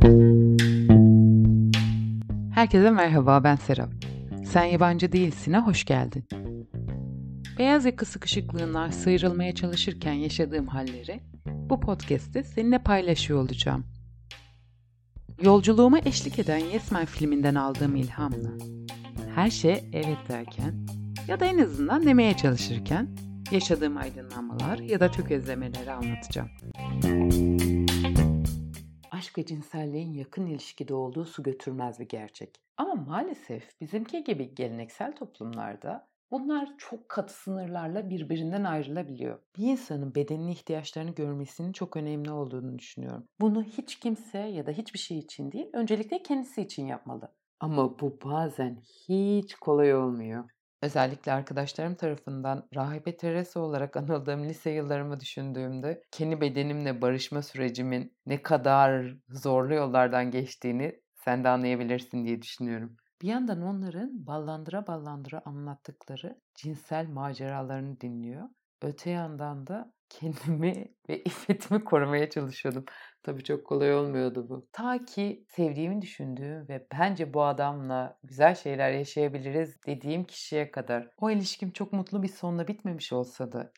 Herkese merhaba, ben Serap. Sen Yabancı Değilsin'e hoş geldin. Beyaz yaka sıkışıklığından sıyrılmaya çalışırken yaşadığım halleri bu podcast'te seninle paylaşıyor olacağım. Yolculuğuma eşlik eden Yes Man filminden aldığım ilhamla her şeye evet derken ya da en azından demeye çalışırken yaşadığım aydınlanmalar ya da tökezlemeleri anlatacağım. Aşk ve cinselliğin yakın ilişkide olduğu su götürmez bir gerçek. Ama maalesef bizimki gibi geleneksel toplumlarda bunlar çok katı sınırlarla birbirinden ayrılabiliyor. Bir insanın bedenini ihtiyaçlarını görmesinin çok önemli olduğunu düşünüyorum. Bunu hiç kimse ya da hiçbir şey için değil, öncelikle kendisi için yapmalı. Ama bu bazen hiç kolay olmuyor. Özellikle arkadaşlarım tarafından Rahibe Teresa olarak anıldığım lise yıllarımı düşündüğümde kendi bedenimle barışma sürecimin ne kadar zorlu yollardan geçtiğini sen de anlayabilirsin diye düşünüyorum. Bir yandan onların ballandıra ballandıra anlattıkları cinsel maceralarını dinliyor. Öte yandan da kendimi ve iffetimi korumaya çalışıyordum. Tabii çok kolay olmuyordu bu. Ta ki sevdiğimi düşündüğüm ve bence bu adamla güzel şeyler yaşayabiliriz dediğim kişiye kadar. O ilişkim çok mutlu bir sonla bitmemiş olsa da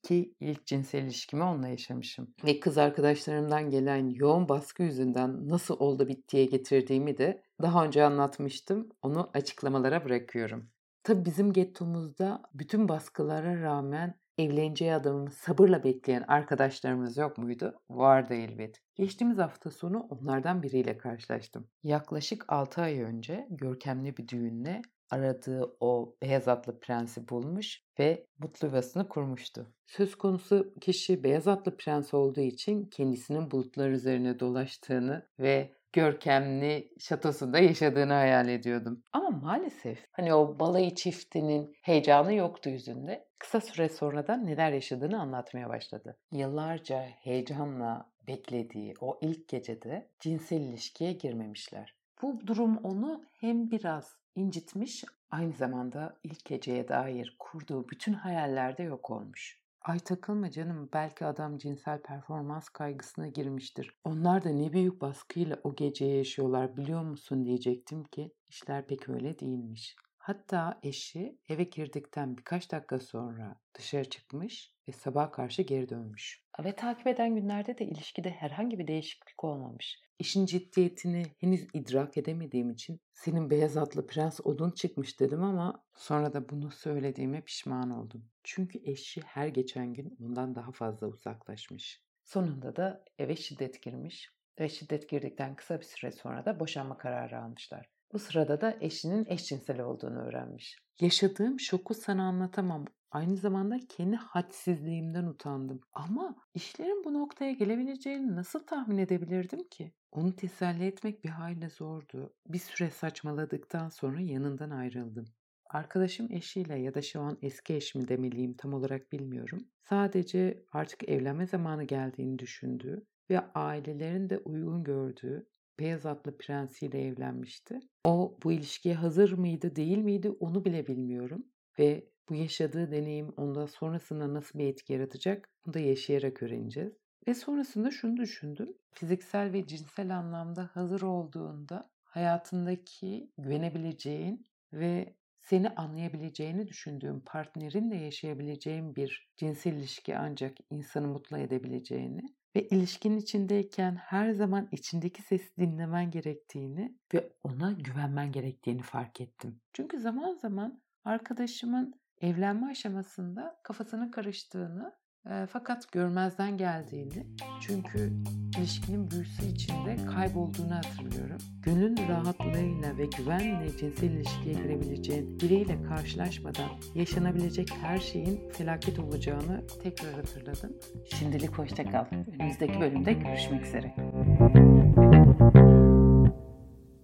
ilk cinsel ilişkimi onunla yaşamışım. Ve kız arkadaşlarımdan gelen yoğun baskı yüzünden nasıl oldu bittiye getirdiğimi de daha önce anlatmıştım. Onu açıklamalara bırakıyorum. Tabii bizim gettomuzda bütün baskılara rağmen evleneceği adamı sabırla bekleyen arkadaşlarımız yok muydu? Vardı elbet. Geçtiğimiz hafta sonu onlardan biriyle karşılaştım. Yaklaşık 6 ay önce görkemli bir düğünle aradığı o beyaz atlı prensi bulmuş ve mutlu yuvasını kurmuştu. Söz konusu kişi beyaz atlı prens olduğu için kendisinin bulutlar üzerine dolaştığını ve görkemli şatosunda yaşadığını hayal ediyordum. Ama maalesef o balayı çiftinin heyecanı yoktu yüzünde. Kısa süre sonra da neler yaşadığını anlatmaya başladı. Yıllarca heyecanla beklediği o ilk gecede cinsel ilişkiye girmemişler. Bu durum onu hem biraz incitmiş, aynı zamanda ilk geceye dair kurduğu bütün hayallerde yok olmuş. Ay takılma canım, belki adam cinsel performans kaygısına girmiştir. Onlar da ne büyük baskıyla o geceyi yaşıyorlar biliyor musun diyecektim ki işler pek öyle değilmiş. Hatta eşi eve girdikten birkaç dakika sonra dışarı çıkmış ve sabaha karşı geri dönmüş. Ve takip eden günlerde de ilişkide herhangi bir değişiklik olmamış. İşin ciddiyetini henüz idrak edemediğim için senin beyaz atlı prens odun çıkmış dedim ama sonra da bunu söylediğime pişman oldum. Çünkü eşi her geçen gün ondan daha fazla uzaklaşmış. Sonunda da eve şiddet girmiş ve şiddet girdikten kısa bir süre sonra da boşanma kararı almışlar. Bu sırada da eşinin eşcinsel olduğunu öğrenmiş. Yaşadığım şoku sana anlatamam. Aynı zamanda kendi hadsizliğimden utandım. Ama işlerin bu noktaya gelebileceğini nasıl tahmin edebilirdim ki? Onu teselli etmek bir hayli zordu. Bir süre saçmaladıktan sonra yanından ayrıldım. Arkadaşım eşiyle ya da şu an eski eş mi demeliyim tam olarak bilmiyorum. Sadece artık evlenme zamanı geldiğini düşündüğü ve ailelerin de uygun gördüğü beyaz atlı prensiyle evlenmişti. O bu ilişkiye hazır mıydı değil miydi onu bile bilmiyorum. Ve bu yaşadığı deneyim onda sonrasında nasıl bir etki yaratacak onu da yaşayarak öğreneceğiz. Ve sonrasında şunu düşündüm. Fiziksel ve cinsel anlamda hazır olduğunda hayatındaki güvenebileceğin ve seni anlayabileceğini düşündüğün partnerinle yaşayabileceğin bir cinsel ilişki ancak insanı mutlu edebileceğini ve ilişkinin içindeyken her zaman içindeki sesi dinlemen gerektiğini ve ona güvenmen gerektiğini fark ettim. Çünkü zaman zaman arkadaşımın evlenme aşamasında kafasının karıştığını fakat görmezden geldiğini, çünkü ilişkinin büyüsü içinde kaybolduğunu hatırlıyorum. Gönül rahatlığıyla ve güvenle cinsel ilişkiye girebileceğin biriyle karşılaşmadan yaşanabilecek her şeyin felaket olacağını tekrar hatırladım. Şimdilik hoşça kal. Önümüzdeki bölümde görüşmek üzere.